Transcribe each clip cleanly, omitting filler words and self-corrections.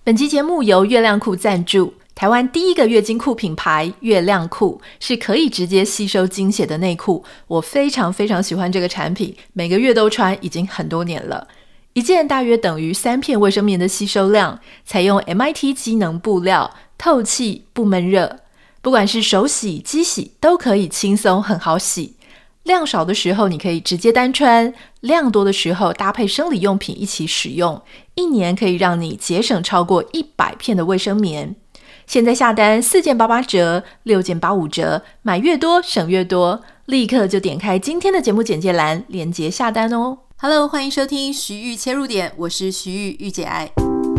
本期节目由月亮裤赞助。台湾第一个月经裤品牌月亮裤是可以直接吸收经血的内裤，我非常非常喜欢这个产品，每个月都穿，已经很多年了。一件大约等于3片卫生棉的吸收量，采用 MIT 机能布料，透气不闷热，不管是手洗、机洗都可以轻松很好洗。量少的时候你可以直接单穿，量多的时候搭配生理用品一起使用，1年可以让你节省超过100片的卫生棉。现在下单4件88折，6件85折，买越多省越多，立刻就点开今天的节目简介栏连结下单哦。Hello， 欢迎收听徐玉切入点，我是徐玉玉姐爱。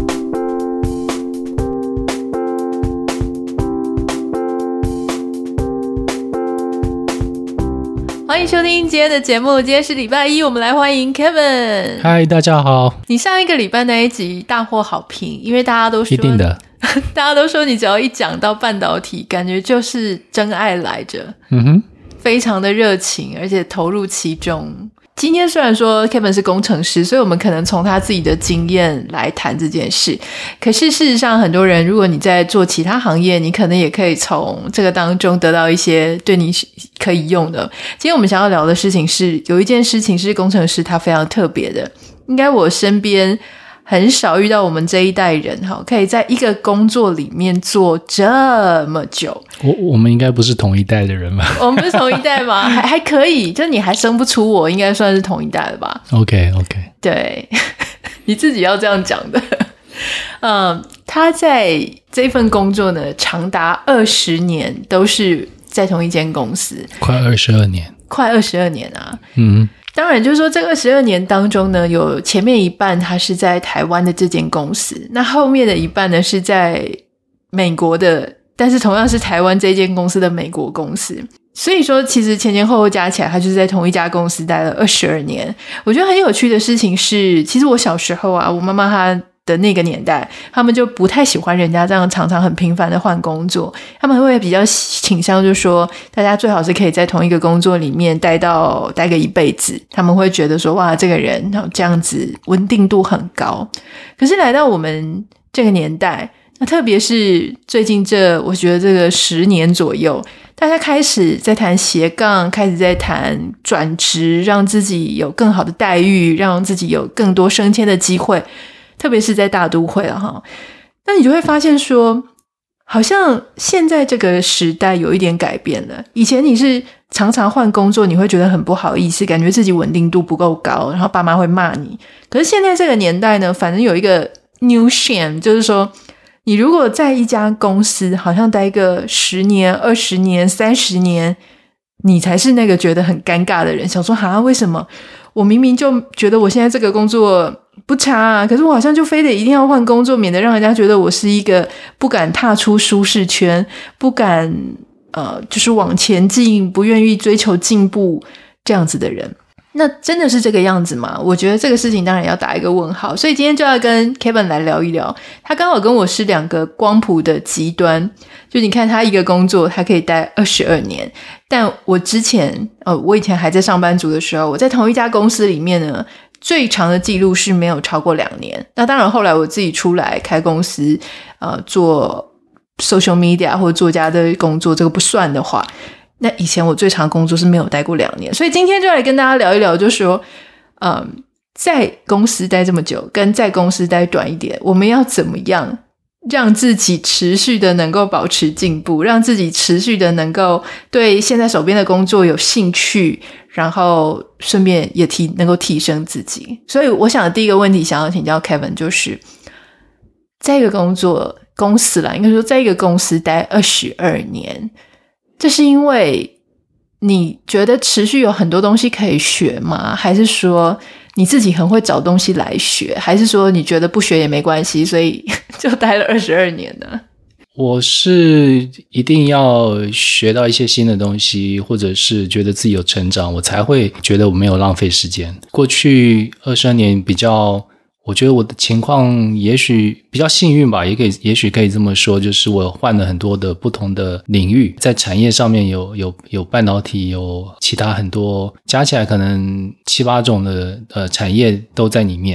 欢迎收听今天的节目，今天是礼拜一，我们来欢迎 Kevin。 嗨，大家好。 你上一个礼拜那一集大获好评，因为大家都说， 一定的大家都说你只要一讲到半导体，感觉就是真爱来着，非常的热情，而且投入其中。今天虽然说 Kevin 是工程师，所以我们可能从他自己的经验来谈这件事，可是事实上很多人，如果你在做其他行业，你可能也可以从这个当中得到一些对你可以用的。今天我们想要聊的事情是，有一件事情是工程师他非常特别的，应该我身边很少遇到我们这一代人可以在一个工作里面做这么久。 我们应该不是同一代的人吧？ 我们不是同一代吗？还可以，就你还生不出我，应该算是同一代了吧。 OK， 对你自己要这样讲的。他在这份工作呢长达20年都是在同一间公司， 快22年啊。当然就是说这22年当中呢，有前面一半他是在台湾的这间公司，那后面的一半呢是在美国的，但是同样是台湾这间公司的美国公司。所以说其实前前后后加起来，他就是在同一家公司待了22年。我觉得很有趣的事情是，其实我小时候啊，我妈妈她的那个年代，他们就不太喜欢人家这样常常很频繁的换工作，他们会比较倾向就是说大家最好是可以在同一个工作里面待个一辈子，他们会觉得说哇，这个人这样子稳定度很高。可是来到我们这个年代，那特别是最近我觉得这个10年左右，大家开始在谈斜杠，开始在谈转职，让自己有更好的待遇，让自己有更多升迁的机会，特别是在大都会了哈。那你就会发现说，好像现在这个时代有一点改变了。以前你是常常换工作，你会觉得很不好意思，感觉自己稳定度不够高，然后爸妈会骂你。可是现在这个年代呢，反正有一个 new shame， 就是说你如果在一家公司好像待个10年、20年、30年，你才是那个觉得很尴尬的人，想说为什么我明明就觉得我现在这个工作不差啊，可是我好像就非得一定要换工作，免得让人家觉得我是一个不敢踏出舒适圈，不敢就是往前进，不愿意追求进步这样子的人。那真的是这个样子吗？我觉得这个事情当然要打一个问号，所以今天就要跟 Kevin 来聊一聊。他刚好跟我是2个光谱的极端，就你看他一个工作他可以待22年，但我以前还在上班族的时候，我在同一家公司里面呢，最长的记录是没有超过2年。那当然后来我自己出来开公司做 social media 或者作家的工作，这个不算的话，那以前我最长工作是没有待过2年。所以今天就来跟大家聊一聊，就是说在公司待这么久跟在公司待短一点，我们要怎么样让自己持续的能够保持进步，让自己持续的能够对现在手边的工作有兴趣，然后顺便也能够提升自己。所以我想第一个问题想要请教 Kevin， 就是在一个公司啦，应该说在一个公司待22年，这是因为你觉得持续有很多东西可以学吗？还是说你自己很会找东西来学？还是说你觉得不学也没关系，所以就待了22年呢？ 我是一定要学到一些新的东西，或者是觉得自己有成长，我才会觉得我没有浪费时间。过去22年我觉得我的情况也许比较幸运吧，也许可以这么说，就是我换了很多的不同的领域，在产业上面有半导体，有其他很多，加起来可能7-8种的产业都在里面。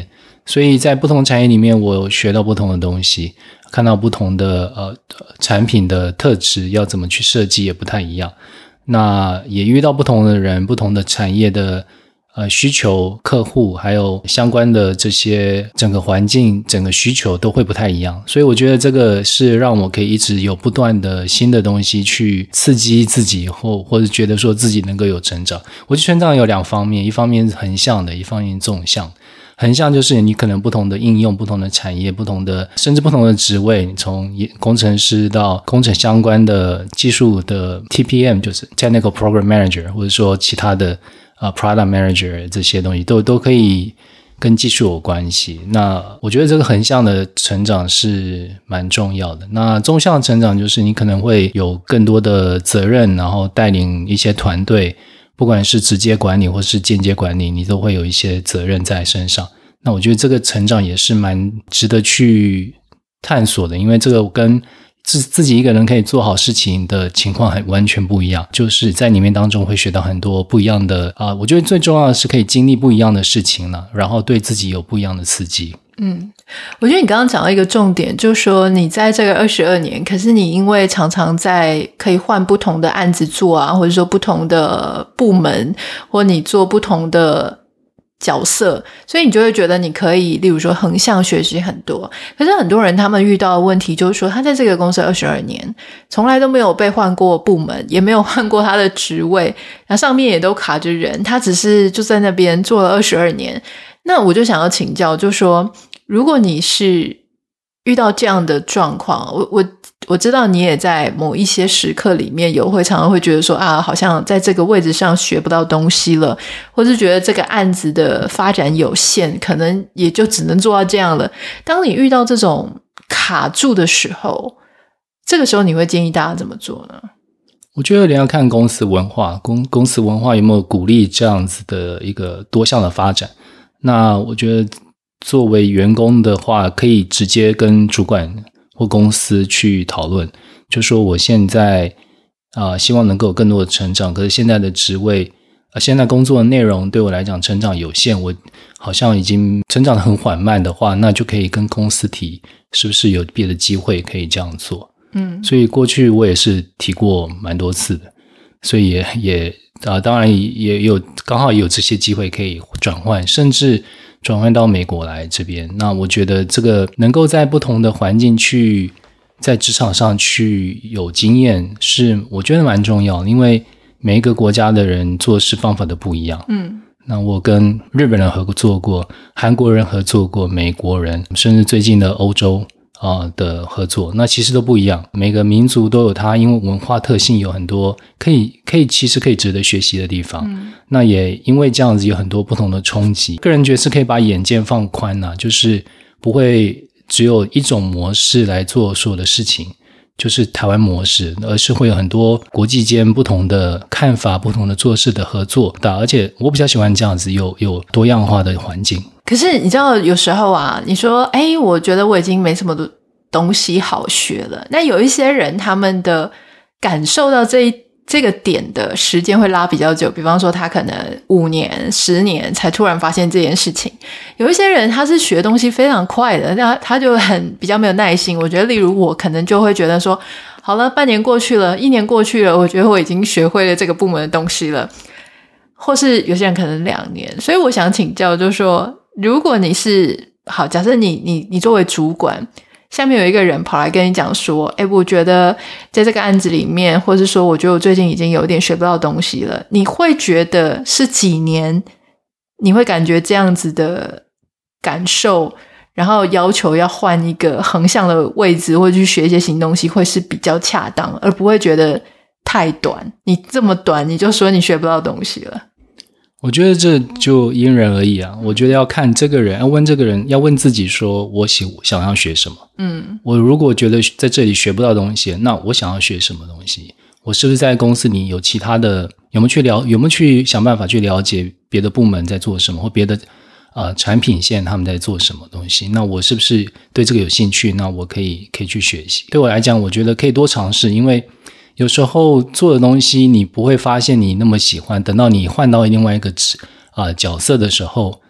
所以在不同产业里面，我学到不同的东西，看到不同的产品的特质要怎么去设计也不太一样。那也遇到不同的人，不同的产业的需求、客户，还有相关的这些整个环境、整个需求都会不太一样。所以我觉得这个是让我可以一直有不断的新的东西去刺激自己，或者觉得说自己能够有成长。我觉得成长有2方面，一方面是横向的，一方面纵向。横向就是你可能不同的应用、不同的产业、不同的甚至不同的职位，你从工程师到工程相关的技术的 TPM 就是 Technical Program Manager， 或者说其他的Product Manager 这些东西都可以跟技术有关系。那我觉得这个横向的成长是蛮重要的。那纵向的成长就是你可能会有更多的责任，然后带领一些团队，不管是直接管理或是间接管理，你都会有一些责任在身上。那我觉得这个成长也是蛮值得去探索的，因为这个跟自己一个人可以做好事情的情况还完全不一样，就是在里面当中会学到很多不一样的我觉得最重要的是可以经历不一样的事情了，然后对自己有不一样的刺激。 我觉得你刚刚讲到一个重点，就是说你在这个22年，可是你因为常常在可以换不同的案子做啊，或者说不同的部门，或你做不同的角色，所以你就会觉得你可以例如说横向学习很多。可是很多人他们遇到的问题就是说，他在这个公司22年从来都没有被换过部门，也没有换过他的职位，然后上面也都卡着人，他只是就在那边做了22年。那我就想要请教，就是说如果你是遇到这样的状况，我知道你也在某一些时刻里面会常常会觉得说好像在这个位置上学不到东西了，或是觉得这个案子的发展有限，可能也就只能做到这样了。当你遇到这种卡住的时候，这个时候你会建议大家怎么做呢？ 我觉得你要看公司文化，公司文化有没有鼓励这样子的一个多向的发展。那我觉得作为员工的话，可以直接跟主管或公司去讨论，就说我现在希望能够有更多的成长，可是现在的职位现在工作的内容对我来讲成长有限，我好像已经成长得很缓慢的话，那就可以跟公司提是不是有别的机会可以这样做。所以过去我也是提过蛮多次的，所以也当然也有刚好也有这些机会可以转换，甚至转换到美国来这边。那我觉得这个能够在不同的环境去在职场上去有经验是我觉得蛮重要的，因为每一个国家的人做事方法都不一样。那我跟日本人合作过，韩国人合作过，美国人，甚至最近的欧洲的合作，那其实都不一样。每个民族都有它因为文化特性有很多其实可以值得学习的地方。那也因为这样子有很多不同的冲击，个人觉得是可以把眼界放宽就是不会只有一种模式来做所有的事情，就是台湾模式，而是会有很多国际间不同的看法、不同的做事的合作的。而且我比较喜欢这样子有多样化的环境。 可是你知道有时候你说我觉得我已经没什么东西好学了，那有一些人他们的感受到这个点的时间会拉比较久，比方说他可能5年10年才突然发现这件事情。有一些人他是学东西非常快的，那他就比较没有耐心。我觉得例如我可能就会觉得说好了，半年过去了，1年过去了，我觉得我已经学会了这个部门的东西了，或是有些人可能2年。所以我想请教就是说，如果你是好，假设你作为主管，下面有一个人跑来跟你讲说我觉得在这个案子里面，或是说我觉得我最近已经有点学不到东西了，你会觉得是几年你会感觉这样子的感受，然后要求要换一个横向的位置或者去学一些新东西会是比较恰当，而不会觉得太短，你这么短你就说你学不到东西了。 我觉得这就因人而异我觉得要看这个人，要问这个人，要问自己说我想要学什么。我如果觉得在这里学不到东西，那我想要学什么东西？我是不是在公司里有其他的，有没有去想办法去了解别的部门在做什么，或别的产品线他们在做什么东西？那我是不是对这个有兴趣？那我可以去学习。对我来讲，我觉得可以多尝试，因为有时候做的东西你不会发现你那么喜欢，等到你换到另外一个角色的时候，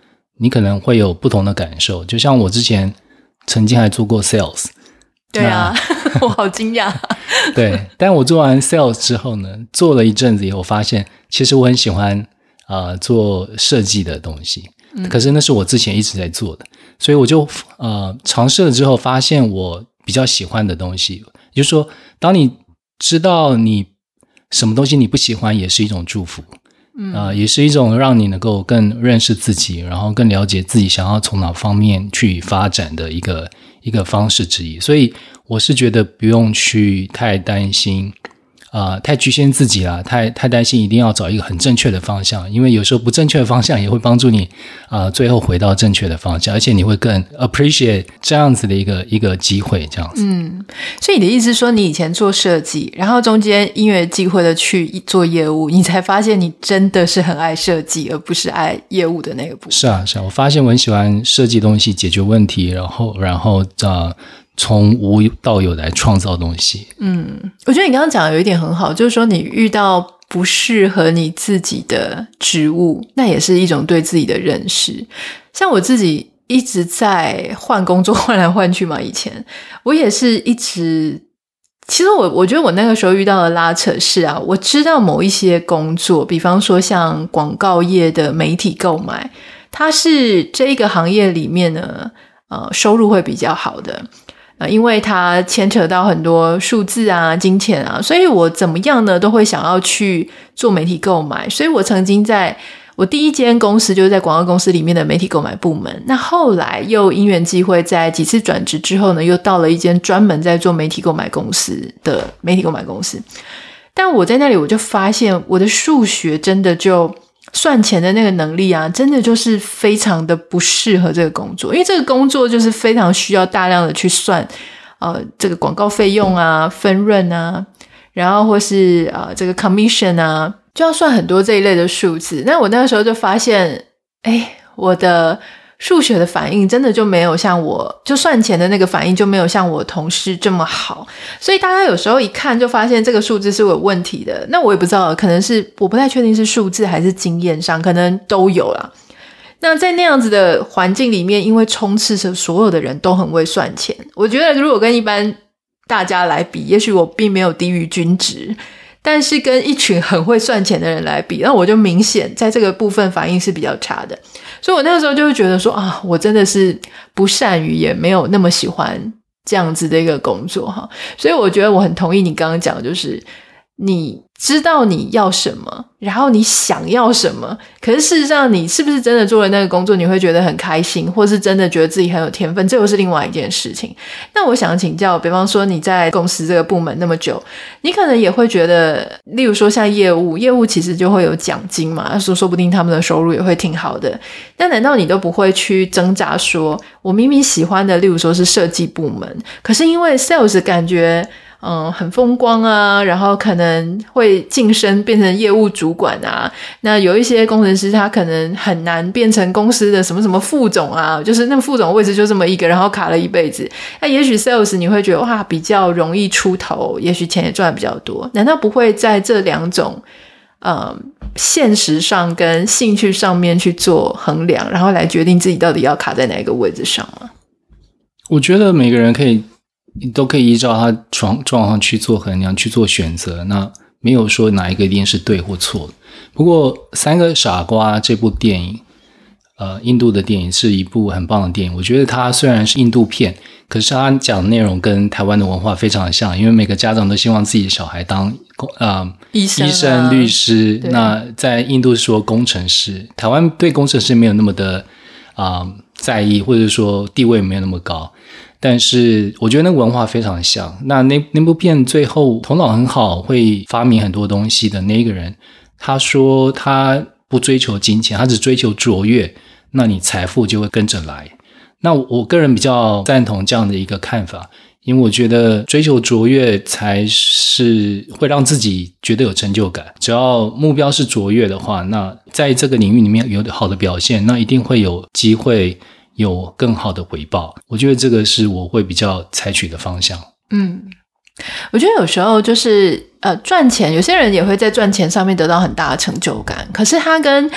你可能会有不同的感受。就像我之前曾经还做过 sales。 对啊，我好惊讶。 对，但我做完 sales 之后呢，做了一阵子以后，发现其实我很喜欢做设计的东西，可是那是我之前一直在做的，所以我就尝试了之后，发现我比较喜欢的东西，也就是说，当你知道你什么东西你不喜欢，也是一种祝福。也是一种让你能够更认识自己，然后更了解自己想要从哪方面去发展的一个方式之一。所以我是觉得不用去太担心太局限自己啦，太担心一定要找一个很正确的方向，因为有时候不正确的方向也会帮助你最后回到正确的方向，而且你会更 appreciate 这样子的一个机会，这样子。 所以你的意思是说，你以前做设计，然后中间因缘际会的去做业务，你才发现你真的是很爱设计，而不是爱业务的那个部分。 是啊，我发现我很喜欢设计东西，解决问题，然后从无到有来创造东西。 我觉得你刚刚讲的有一点很好，就是说你遇到不适合你自己的职务，那也是一种对自己的认识。像我自己一直在换工作，换来换去嘛，以前我也是一直，其实我觉得我那个时候遇到的拉扯是我知道某一些工作，比方说像广告业的媒体购买，它是这个行业里面呢收入会比较好的。因为它牵扯到很多数字金钱所以我怎么样呢都会想要去做媒体购买。所以我曾经在我第一间公司就是在广告公司里面的媒体购买部门，那后来又因缘际会在几次转职之后呢，又到了一间专门在做媒体购买公司的媒体购买公司。但我在那里我就发现我的数学真的就算钱的那个能力真的就是非常的不适合这个工作，因为这个工作就是非常需要大量的去算这个广告费用分润然后或是这个 commission 就要算很多这一类的数字。那我那个时候就发现我的数学的反应真的就没有像我就算钱的那个反应就没有像我同事这么好，所以大家有时候一看就发现这个数字是有问题的。那我也不知道，可能是我不太确定是数字还是经验上，可能都有啦。那在那样子的环境里面，因为充斥着所有的人都很会算钱，我觉得如果跟一般大家来比，也许我并没有低于均值，但是跟一群很会算钱的人来比，那我就明显在这个部分反应是比较差的。所以我那个时候就会觉得说我真的是不善于也没有那么喜欢这样子的一个工作所以我觉得我很同意你刚刚讲的，就是你知道你要什么，然后你想要什么，可是事实上你是不是真的做了那个工作你会觉得很开心，或是真的觉得自己很有天分，这又是另外一件事情。那我想请教，比方说你在公司这个部门那么久，你可能也会觉得，例如说像业务其实就会有奖金嘛，说不定他们的收入也会挺好的，那难道你都不会去挣扎说，我明明喜欢的例如说是设计部门，可是因为 sales 感觉很风光然后可能会晋升变成业务主管那有一些工程师他可能很难变成公司的什么什么副总就是那个副总位置就这么一个，然后卡了一辈子。那也许 sales 你会觉得比较容易出头，也许钱也赚比较多，难道不会在这两种现实上跟兴趣上面去做衡量，然后来决定自己到底要卡在哪一个位置上吗？ 我觉得每个人都可以依照他状况去做衡量，去做选择，那没有说哪一个一定是对或错的。不过三个傻瓜这部电影印度的电影是一部很棒的电影，我觉得它虽然是印度片，可是它讲的内容跟台湾的文化非常的像，因为每个家长都希望自己的小孩当医生律师，那在印度说工程师，台湾对工程师没有那么的在意，或者说地位没有那么高，但是我觉得那个文化非常像。那部片最后头脑很好，会发明很多东西的那个人，他说他不追求金钱，他只追求卓越，那你财富就会跟着来。那我个人比较赞同这样的一个看法，因为我觉得追求卓越才是会让自己觉得有成就感。只要目标是卓越的话，那在这个领域里面有好的表现，那一定会有机会有更好的回报。我觉得这个是我会比较采取的方向。 我觉得有时候就是赚钱，有些人也会在赚钱上面得到很大的成就感，可是他跟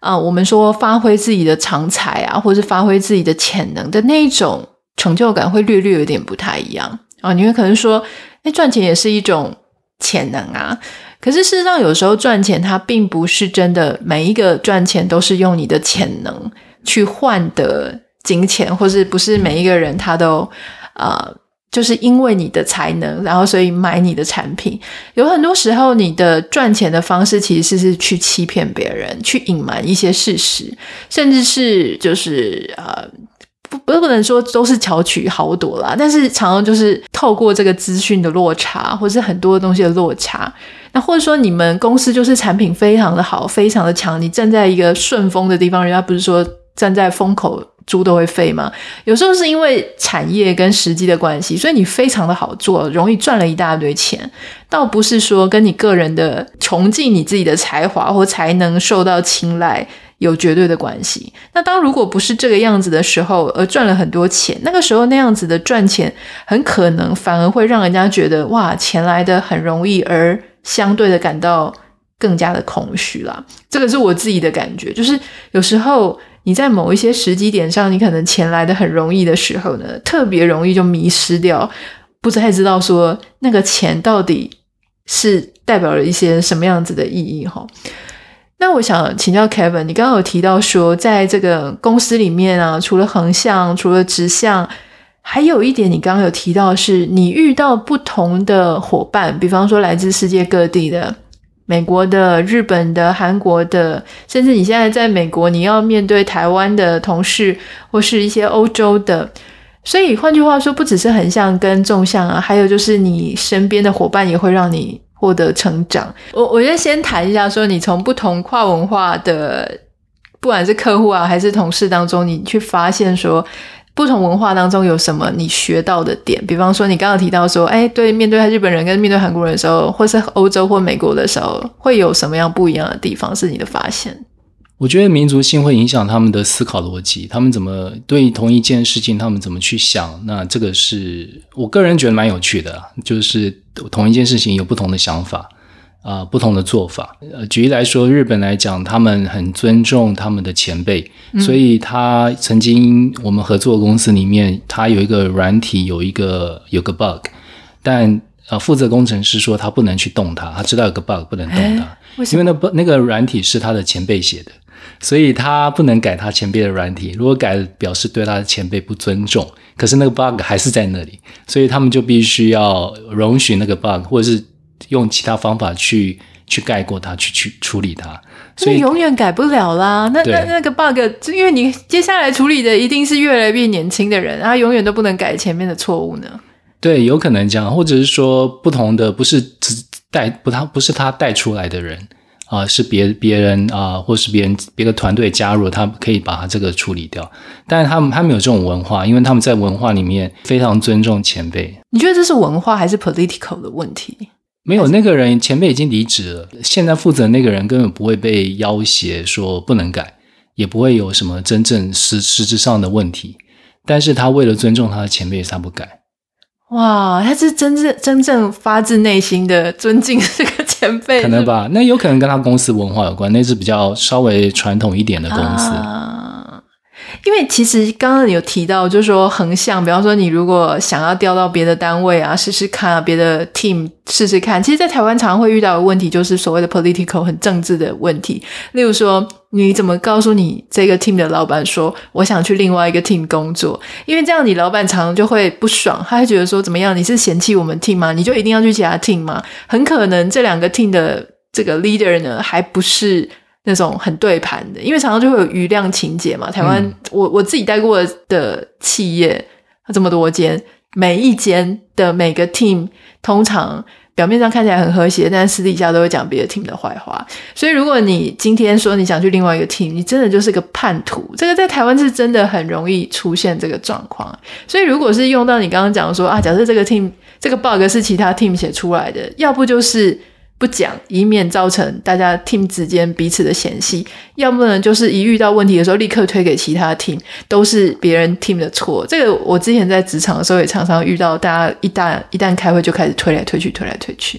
我们说发挥自己的长才啊，或是发挥自己的潜能的那一种成就感会略略有点不太一样啊。你会可能说赚钱也是一种潜能啊，可是事实上有时候赚钱它并不是真的每一个赚钱都是用你的潜能去换得金钱，或是不是每一个人他都就是因为你的才能然后所以买你的产品。有很多时候你的赚钱的方式其实是去欺骗别人，去隐瞒一些事实，甚至是就是不能说都是巧取豪夺啦，但是常常就是透过这个资讯的落差，或是很多东西的落差，那或者说你们公司就是产品非常的好，非常的强，你站在一个顺风的地方，人家不是说站在风口猪都会飞吗？有时候是因为产业跟时机的关系，所以你非常的好做，容易赚了一大堆钱，倒不是说跟你个人的穷尽你自己的才华或才能受到青睐有绝对的关系。那当如果不是这个样子的时候而赚了很多钱，那个时候那样子的赚钱很可能反而会让人家觉得哇，钱来的很容易，而相对的感到更加的空虚啦。这个是我自己的感觉，就是有时候你在某一些时机点上，你可能钱来的很容易的时候呢，特别容易就迷失掉，不太知道说那个钱到底是代表了一些什么样子的意义齁。那我想请教 Kevin， 你刚刚有提到说在这个公司里面啊，除了横向除了直向，还有一点你刚刚有提到是你遇到不同的伙伴，比方说来自世界各地的，美国的、日本的、韩国的，甚至你现在在美国你要面对台湾的同事或是一些欧洲的，所以换句话说不只是横向跟纵向啊，还有就是你身边的伙伴也会让你获得成长。我就先谈一下说你从不同跨文化的不管是客户啊还是同事当中，你去发现说不同文化当中有什么你学到的点。比方说你刚刚提到说对，面对日本人跟面对韩国人的时候，或是欧洲或美国的时候，会有什么样不一样的地方是你的发现？ 我觉得民族性会影响他们的思考逻辑，他们怎么对同一件事情他们怎么去想，那这个是我个人觉得蛮有趣的，就是同一件事情有不同的想法不同的做法。举例来说，日本来讲他们很尊重他们的前辈，所以他曾经我们合作的公司里面，他有一个软体有个 bug， 但负责工程师说他不能去动它，他知道有个 bug 不能动它，因为那个软体是他的前辈写的，所以他不能改他前辈的软体，如果改表示对他的前辈不尊重，可是那个 bug 还是在那里，所以他们就必须要容许那个 bug， 或者是用其他方法去盖过它，去处理它，所以永远改不了啦。那个 bug， 因为你接下来处理的一定是越来越年轻的人，他永远都不能改前面的错误呢。 对，有可能这样，或者是说不同的不是他带出来的人是别人或是别的团队加入，他可以把他这个处理掉。但是他们有这种文化，因为他们在文化里面非常尊重前辈。 你觉得这是文化还是 political 的问题？ 没有，那个人前辈已经离职了，现在负责那个人根本不会被要挟说不能改，也不会有什么真正实质上的问题，但是他为了尊重他的前辈，他不改。 哇，他是真正发自内心的尊敬这个前辈， 可能吧？那有可能跟他公司文化有关，那是比较稍微传统一点的公司。 因为其实刚刚有提到就是说横向，比方说你如果想要调到别的单位啊试试看别的 team 试试看，其实在台湾常常会遇到的问题就是所谓的 political 很政治的问题。例如说你怎么告诉你这个 team 的老板说我想去另外一个 team 工作，因为这样你老板常常就会不爽，他会觉得说怎么样，你是嫌弃我们 team 吗？你就一定要去其他 team 吗？很可能这两个 team 的这个 leader 呢还不是那种很对盘的，因为常常就会有余量情节嘛。台湾我自己待过的企业这么多间，每一间的每个 team 通常表面上看起来很和谐，但私底下都会讲别的 team 的坏话。所以如果你今天说你想去另外一个 team， 你真的就是个叛徒，这个在台湾是真的很容易出现这个状况。所以如果是用到你刚刚讲说假设这个 team 这个 bug 是其他 team 写出来的，要不就是不讲，以免造成大家 team 之间彼此的嫌隙，要不然就是一遇到问题的时候立刻推给其他 team， 都是别人 team 的错。这个我之前在职场的时候也常常遇到，大家一旦开会就开始推来推去。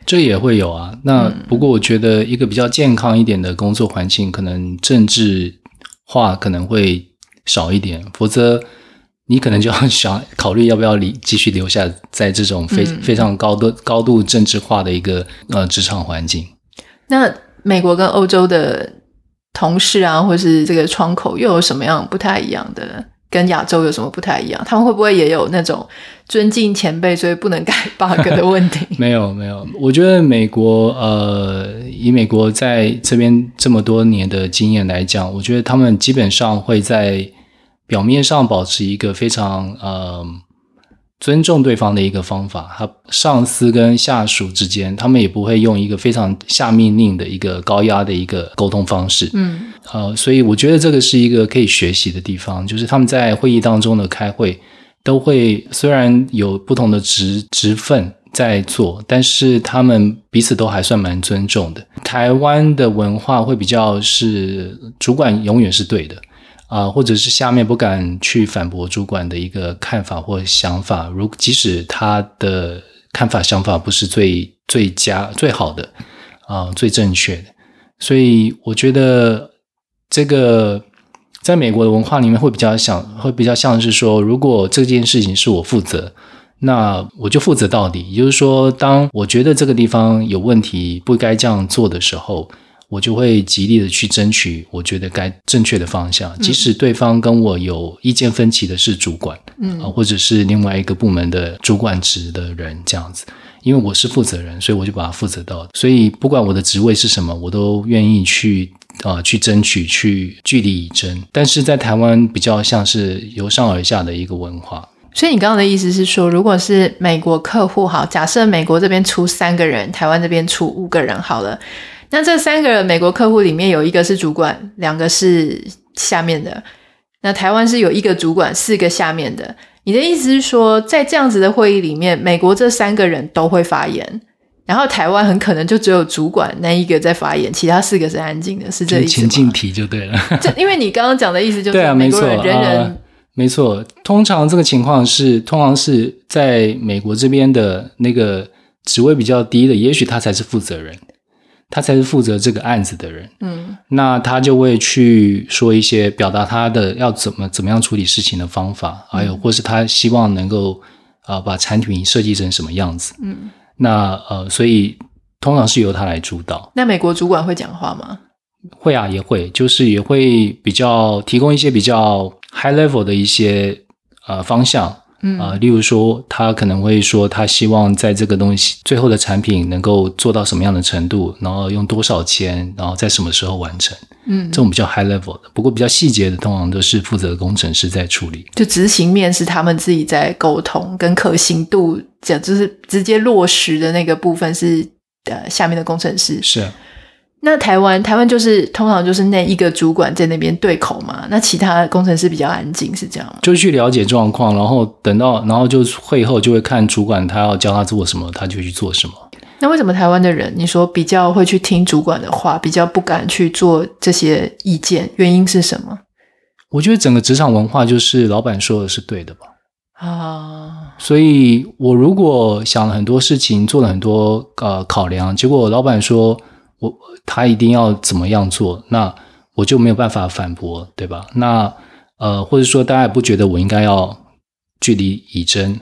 这也会有啊。那不过我觉得一个比较健康一点的工作环境，可能政治化可能会少一点，否则你可能就要想考虑要不要继续留下在这种非常高度政治化的一个职场环境。 那美国跟欧洲的同事啊，或是这个窗口又有什么样不太一样的？跟亚洲有什么不太一样？他们会不会也有那种尊敬前辈所以不能改 bug 的问题？ 没有，我觉得美国以美国在这边这么多年的经验来讲，我觉得他们基本上会在表面上保持一个非常尊重对方的一个方法，他上司跟下属之间，他们也不会用一个非常下命令的一个高压的一个沟通方式。所以我觉得这个是一个可以学习的地方，就是他们在会议当中的开会都会虽然有不同的职分在做，但是他们彼此都还算蛮尊重的。台湾的文化会比较是主管永远是对的或者是下面不敢去反驳主管的一个看法或想法，即使他的看法想法不是最佳最好的最正确的。所以我觉得这个在美国的文化里面会比较像是说，如果这件事情是我负责，那我就负责到底。也就是说，当我觉得这个地方有问题不该这样做的时候，我就会极力的去争取我觉得该正确的方向，即使对方跟我有意见分歧的是主管或者是另外一个部门的主管职的人这样子。因为我是负责人，所以我就把它负责到，所以不管我的职位是什么，我都愿意去争取，去据理以争。但是在台湾比较像是由上而下的一个文化。 所以你刚刚的意思是说，如果是美国客户好，假设美国这边出3个人，台湾这边出5个人好了，那这3个美国客户里面有1个是主管，2个是下面的，那台湾是有1个主管4个下面的。你的意思是说，在这样子的会议里面，美国这3个人都会发言，然后台湾很可能就只有主管那1个在发言，其他4个是安静的，是这意思吗？ 情境题就对了。 因为你刚刚讲的意思就是美国人人人没错，通常这个情况是在美国这边的那个职位比较低的，也许他才是负责人，他才是负责这个案子的人。那他就会去说一些表达他的要怎么样处理事情的方法，还有或是他希望能够把产品设计成什么样子。那所以通常是由他来主导。那美国主管会讲话吗？ 会啊，也会，就是也会比较提供一些比较 high level 的一些方向。例如说他可能会说他希望在这个东西最后的产品能够做到什么样的程度，然后用多少钱，然后在什么时候完成。这种比较 high level 的，不过比较细节的通常都是负责的工程师在处理。 就执行面是他们自己在沟通，跟可行度就是直接落实的那个部分是下面的工程师。 是。 那台湾就是通常就是那1个主管在那边对口嘛，那其他工程师比较安静，是这样吗？ 就去了解状况，然后就会后就会看主管他要教他做什么，他就去做什么。 那为什么台湾的人你说比较会去听主管的话，比较不敢去做这些意见，原因是什么？ 我觉得整个职场文化就是老板说的是对的吧。所以我如果想了很多事情，做了很多考量，结果老板说他一定要怎么样做，那我就没有办法反驳，对吧？那或者说大家也不觉得我应该要据理力争。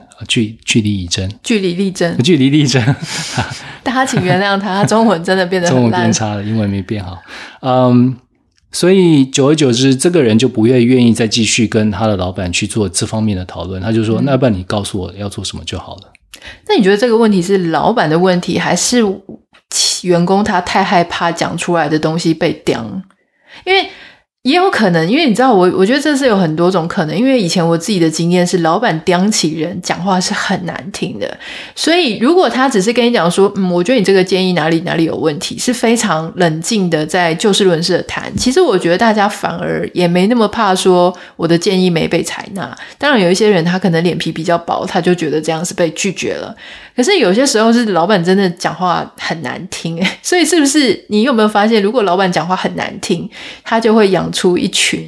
大家请原谅他中文真的变得很烂， 中文变差了，英文没变好。所以久而久之，这个人就不愿意再继续跟他的老板去做这方面的讨论，他就说那不然你告诉我要做什么就好了。 那你觉得这个问题是老板的问题，还是员工他太害怕讲出来的东西被刁？因为也有可能，因为你知道我觉得这是有很多种可能，因为以前我自己的经验是老板刁起人讲话是很难听的，所以如果他只是跟你讲说我觉得你这个建议哪里有问题，是非常冷静的在就事论事的谈，其实我觉得大家反而也没那么怕说我的建议没被采纳。当然有一些人他可能脸皮比较薄，他就觉得这样是被拒绝了，可是有些时候是老板真的讲话很难听所以是不是你有没有发现，如果老板讲话很难听，他就会养出一群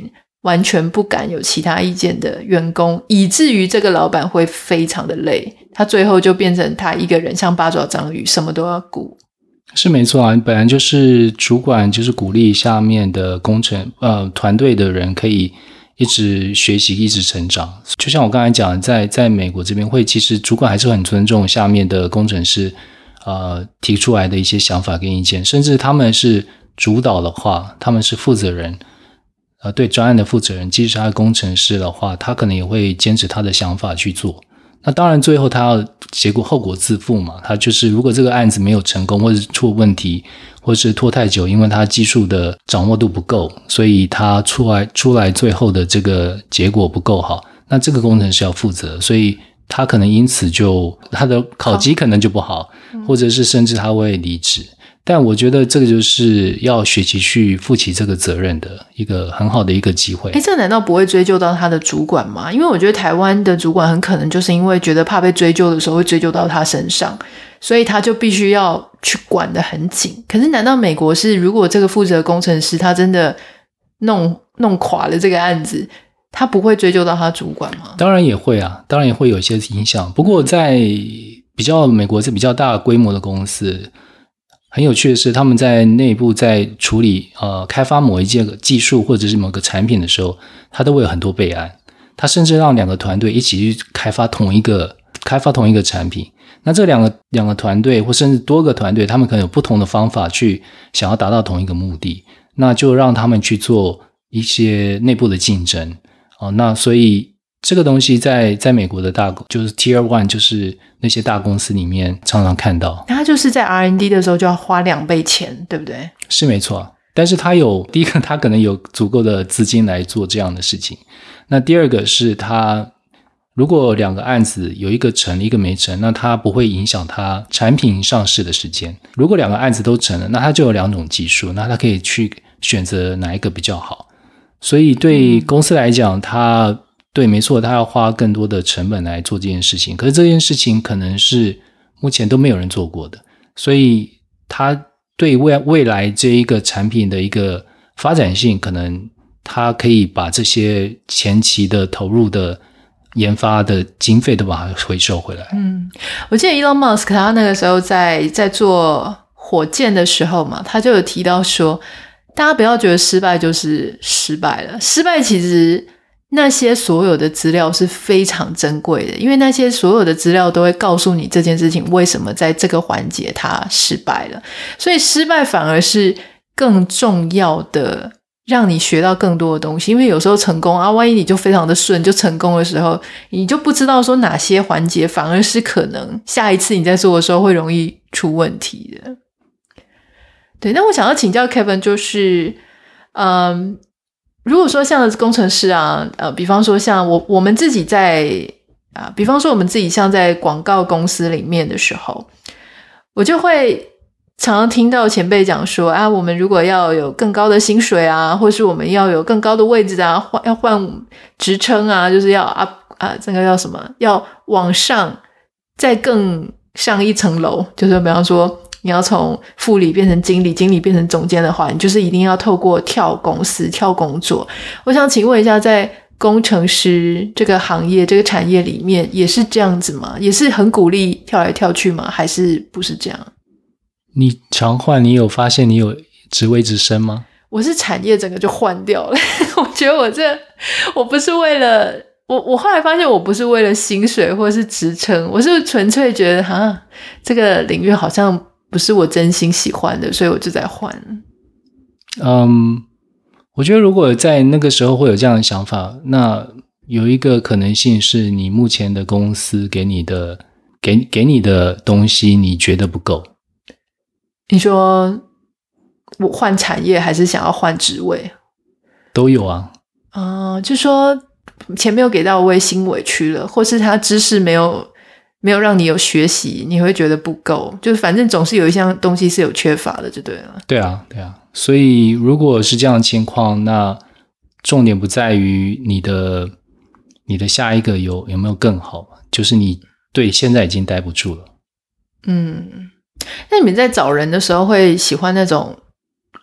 完全不敢有其他意见的员工，以至于这个老板会非常的累，他最后就变成他一个人像八爪章鱼，什么都要顾。 是没错啊，本来就是主管就是鼓励下面的团队的人可以一直学习一直成长。就像我刚才讲在美国这边其实主管还是很尊重下面的工程师提出来的一些想法跟意见，甚至他们是主导的话，他们是负责人对专案的负责人，即使他是工程师的话，他可能也会坚持他的想法去做。那当然最后他要后果自负嘛，他就是如果这个案子没有成功，或者是出问题，或是拖太久，因为他技术的掌握度不够，所以他出来最后的这个结果不够好，那这个工程师要负责，所以他可能因此就他的考绩可能就不好，或者是甚至他会离职。但我觉得这个就是要学习去负起这个责任的一个很好的一个机会。 这难道不会追究到他的主管吗？因为我觉得台湾的主管很可能就是因为觉得怕被追究的时候会追究到他身上，所以他就必须要去管得很紧。可是难道美国是如果这个负责工程师他真的弄垮了这个案子，他不会追究到他主管吗？ 当然也会啊，当然也会有一些影响。不过在美国是比较大规模的公司，很有趣的是，他们在内部在处理开发某一件技术或者是某个产品的时候，他都会有很多备案。他甚至让两个团队一起去开发同一个产品。那这两个团队或甚至多个团队，他们可能有不同的方法去想要达到同一个目的，那就让他们去做一些内部的竞争。那所以这个东西在美国的就是 Tier 1， 就是那些大公司里面常常看到。 他就是在 R&D 的时候就要花2倍钱，对不对？ 是没错，但是第一个他可能有足够的资金来做这样的事情。那第二个是他如果2个案子有一个成一个没成，那他不会影响他产品上市的时间。如果2个案子都成了，那他就有2种技术，那他可以去选择哪一个比较好。所以对公司来讲，对，没错，他要花更多的成本来做这件事情，可是这件事情可能是目前都没有人做过的，所以他对未来这一个产品的一个发展性，可能他可以把这些前期的投入的研发的经费都把它回收回来。 我记得 Elon Musk 他那个时候在做火箭的时候嘛，他就有提到说，大家不要觉得失败就是失败了，失败其实那些所有的资料是非常珍贵的，因为那些所有的资料都会告诉你这件事情为什么在这个环节它失败了，所以失败反而是更重要的，让你学到更多的东西。因为有时候成功万一你就非常的顺就成功的时候，你就不知道说哪些环节反而是可能下一次你在做的时候会容易出问题的。对，那我想要请教 Kevin 就是如果说像工程师比方说像我们自己比方说我们自己像在广告公司里面的时候，我就会常常听到前辈讲说我们如果要有更高的薪水或是我们要有更高的位置要换职称就是要这个叫什么，要往上再更上一层楼，就是比方说你要从副理变成经理，经理变成总监的话，你就是一定要透过跳公司跳工作。我想请问一下，在工程师这个行业这个产业里面也是这样子吗？也是很鼓励跳来跳去吗？还是不是这样？你常换，你有发现你有职位之升吗？ 我是产业整个就换掉了我觉得我不是为了我后来发现我不是为了薪水或是职称，我是纯粹觉得这个领域好像不是我真心喜欢的，所以我就在换。 我觉得如果在那个时候会有这样的想法，那有一个可能性是你目前的公司给你的东西你觉得不够。 你说我换产业还是想要换职位？ 都有啊。 就说钱没有给到位，心委屈了，或是他知识没有让你有学习，你会觉得不够，就是反正总是有一项东西是有缺乏的就对了。 对啊，所以如果是这样的情况，那重点不在于你的下一个有没有更好，就是你对现在已经待不住了。 那你们在找人的时候会喜欢那种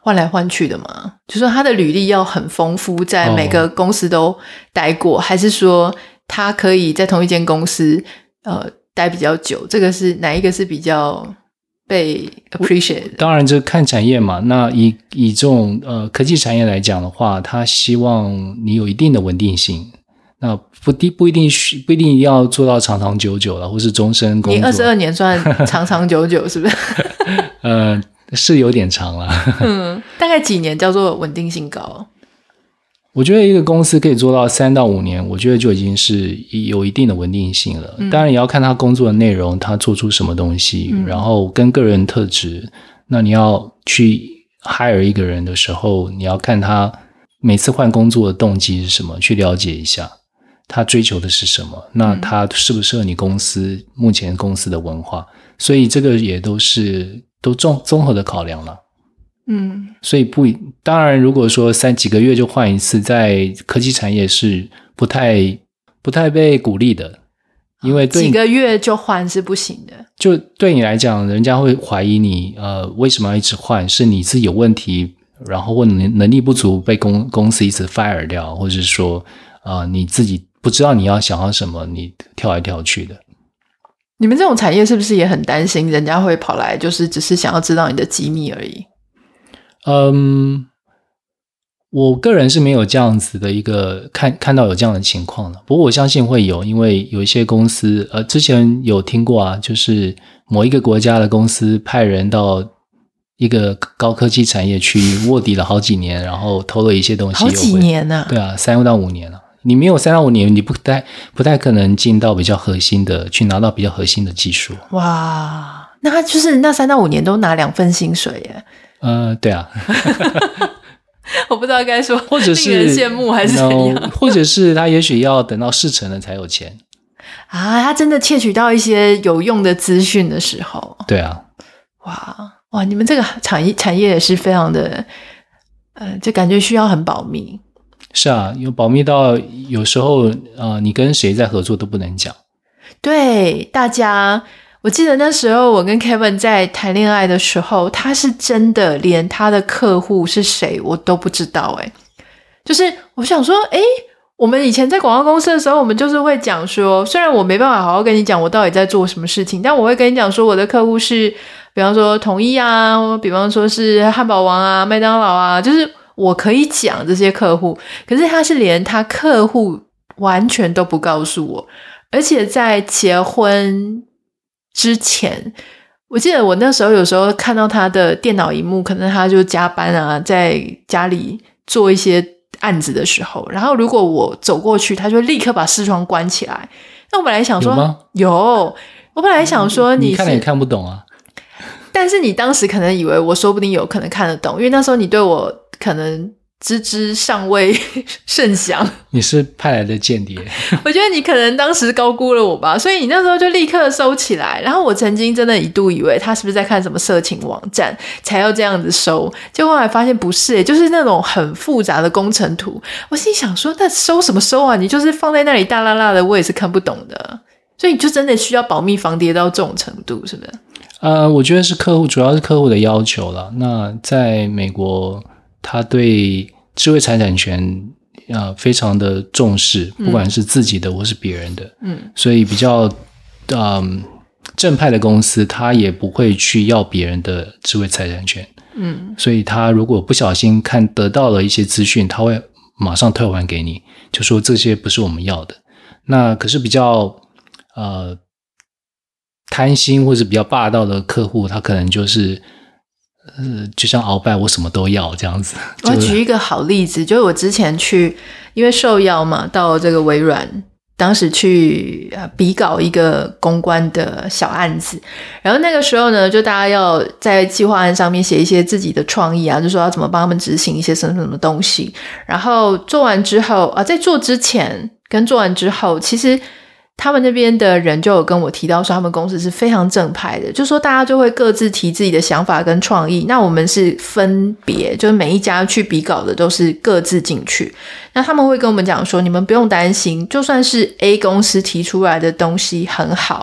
换来换去的吗？就说他的履历要很丰富，在每个公司都待过，还是说他可以在同一间公司待比较久？这个是哪一个是比较被 appreciate 的？ 当然这看产业嘛，那以这种科技产业来讲的话，他希望你有一定的稳定性，那不一定要做到长长久久了，或是终身工作。 你22年算长长久久是不是？ 是有点长了。 大概几年叫做稳定性高？ 我觉得一个公司可以做到3到5年，我觉得就已经是有一定的稳定性了。当然也要看他工作的内容，他做出什么东西，然后跟个人特质。那你要去 hire 一个人的时候，你要看他每次换工作的动机是什么，去了解一下他追求的是什么，那他适不适合你公司目前公司的文化。所以这个也都综合的考量了。所以当然如果说几个月就换一次，在科技产业是不太被鼓励的，因为几个月就换是不行的。 就对你来讲，人家会怀疑你为什么要一直换，是你自己有问题，然后或能力不足被公司一直 fire 掉，或者是说你自己不知道你想要什么，你跳来跳去的。 你们这种产业是不是也很担心人家会跑来就是只是想要知道你的机密而已？ 我个人是没有这样子的一个看到有这样的情况的，不过我相信会有，因为有一些公司之前有听过啊，就是某一个国家的公司派人到一个高科技产业去卧底了好几年，然后偷了一些东西。 好几年啊？ 对啊，3到5年了。你没有3到5年，你不太可能进到比较核心的，去拿到比较核心的技术。 哇，那他就是那3到5年都拿2份薪水耶。 对啊。 我不知道该说或者是令人羡慕还是怎样， 或者是他也许要等到事成了才有钱啊。他真的窃取到一些有用的资讯的时候。 对啊。 哇，你们这个产业也是非常的就感觉需要很保密。 是啊，有保密到有时候你跟谁在合作都不能讲。 对，大家我记得那时候我跟 Kevin 在谈恋爱的时候，他是真的连他的客户是谁我都不知道就是我想说我们以前在广告公司的时候，我们就是会讲说，虽然我没办法好好跟你讲我到底在做什么事情，但我会跟你讲说我的客户是比方说统一啊，比方说是汉堡王啊，麦当劳啊，就是我可以讲这些客户，可是他是连他客户完全都不告诉我，而且在结婚之前，我记得我那时候有时候看到他的电脑萤幕，可能他就加班啊，在家里做一些案子的时候，然后如果我走过去，他就立刻把视窗关起来。那我本来想说， 有吗？ 有，我本来想说你看了也看不懂啊。 但是你当时可能以为我说不定有可能看得懂，因为那时候你对我可能知尚未甚详。 你是派来的间谍。 我觉得你可能当时高估了我吧，所以你那时候就立刻收起来。然后我曾经真的一度以为他是不是在看什么色情网站才要这样子收，结果后来发现不是就是那种很复杂的工程图。我心里想说那收什么收啊，你就是放在那里大辣辣的，我也是看不懂的。所以你就真的需要保密防谍到这种程度，是不是？ 我觉得是主要是客户的要求啦。那在美国他对智慧财产权非常的重视，不管是自己的或是别人的。所以比较正派的公司他也不会去要别人的智慧财产权。所以他如果不小心得到了一些资讯，他会马上退还给你，就说这些不是我们要的。那可是比较贪心或者比较霸道的客户，他可能就是就像鳌拜我什么都要这样子。 我举一个好例子，就是我之前去因为受邀嘛，到这个微软，当时去比稿一个公关的小案子，然后那个时候呢，就大家要在计划案上面写一些自己的创意啊，就说要怎么帮他们执行一些什么东西，然后做完之后在做之前跟做完之后，其实他们那边的人就有跟我提到说他们公司是非常正派的，就说大家就会各自提自己的想法跟创意，那我们是分别，就是每一家去比稿的都是各自进去，那他们会跟我们讲说你们不用担心，就算是 A 公司提出来的东西很好，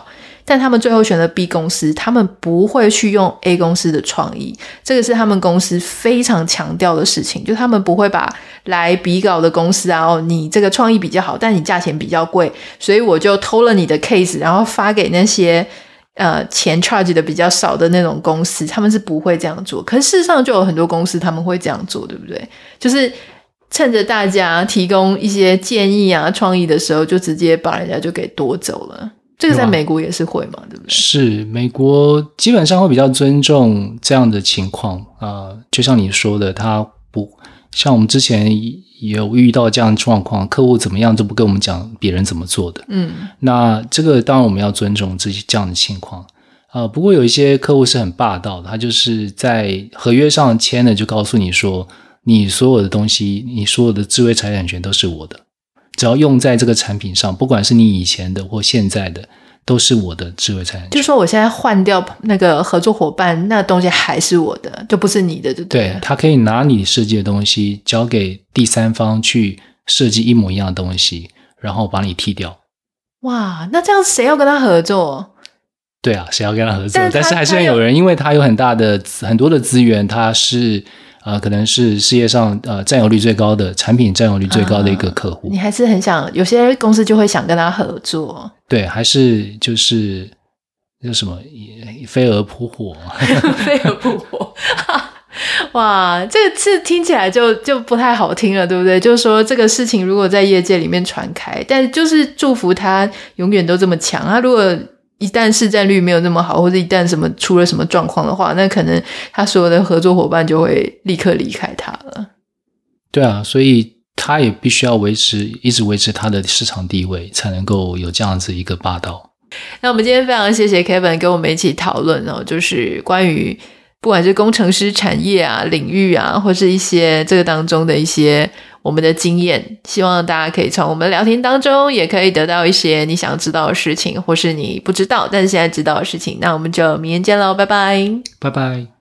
但他们最后选了 B 公司，他们不会去用 A 公司的创意，这个是他们公司非常强调的事情，就他们不会把来比稿的公司啊，你这个创意比较好，但你价钱比较贵，所以我就偷了你的 case， 然后发给那些钱 charge 的比较少的那种公司，他们是不会这样做。可是事实上就有很多公司他们会这样做，对不对？就是趁着大家提供一些建议啊创意的时候，就直接把人家就给夺走了。这个在美国也是会嘛，对不对？ 是，美国基本上会比较尊重这样的情况就像你说的，他不像我们之前有遇到这样的状况，客户怎么样都不跟我们讲别人怎么做的。那这个当然我们要尊重这样的情况。不过有一些客户是很霸道的，他就是在合约上签了就告诉你说，你所有的东西，你所有的智慧财产权都是我的，只要用在这个产品上，不管是你以前的或现在的，都是我的智慧财产权。 就是说我现在换掉那个合作伙伴，那东西还是我的，就不是你的， 对，他可以拿你设计的东西交给第三方去设计一模一样的东西，然后把你踢掉。 哇，那这样谁要跟他合作？ 对啊，谁要跟他合作？但是还是有人，因为他有很多的资源，他是可能是世界上占有率最高的产品，占有率最高的一个客户。 你还是很想，有些公司就会想跟他合作。对， 还是就是那什么飞蛾扑火， 飞蛾扑火。哇，这个字听起来就不太好听了，对不对？就是说这个事情如果在业界里面传开，但就是祝福他永远都这么强。他如果一旦市占率没有那么好，或者一旦出了什么状况的话，那可能他所有的合作伙伴就会立刻离开他了。 对啊，所以他也必须要一直维持他的市场地位，才能够有这样子一个霸道。 那我们今天非常谢谢 Kevin 跟我们一起讨论就是关于不管是工程师产业啊、领域啊，或是一些这个当中的一些我们的经验，希望大家可以从我们聊天当中也可以得到一些你想知道的事情，或是你不知道但是现在知道的事情。那我们就明天见咯，拜拜。 拜拜。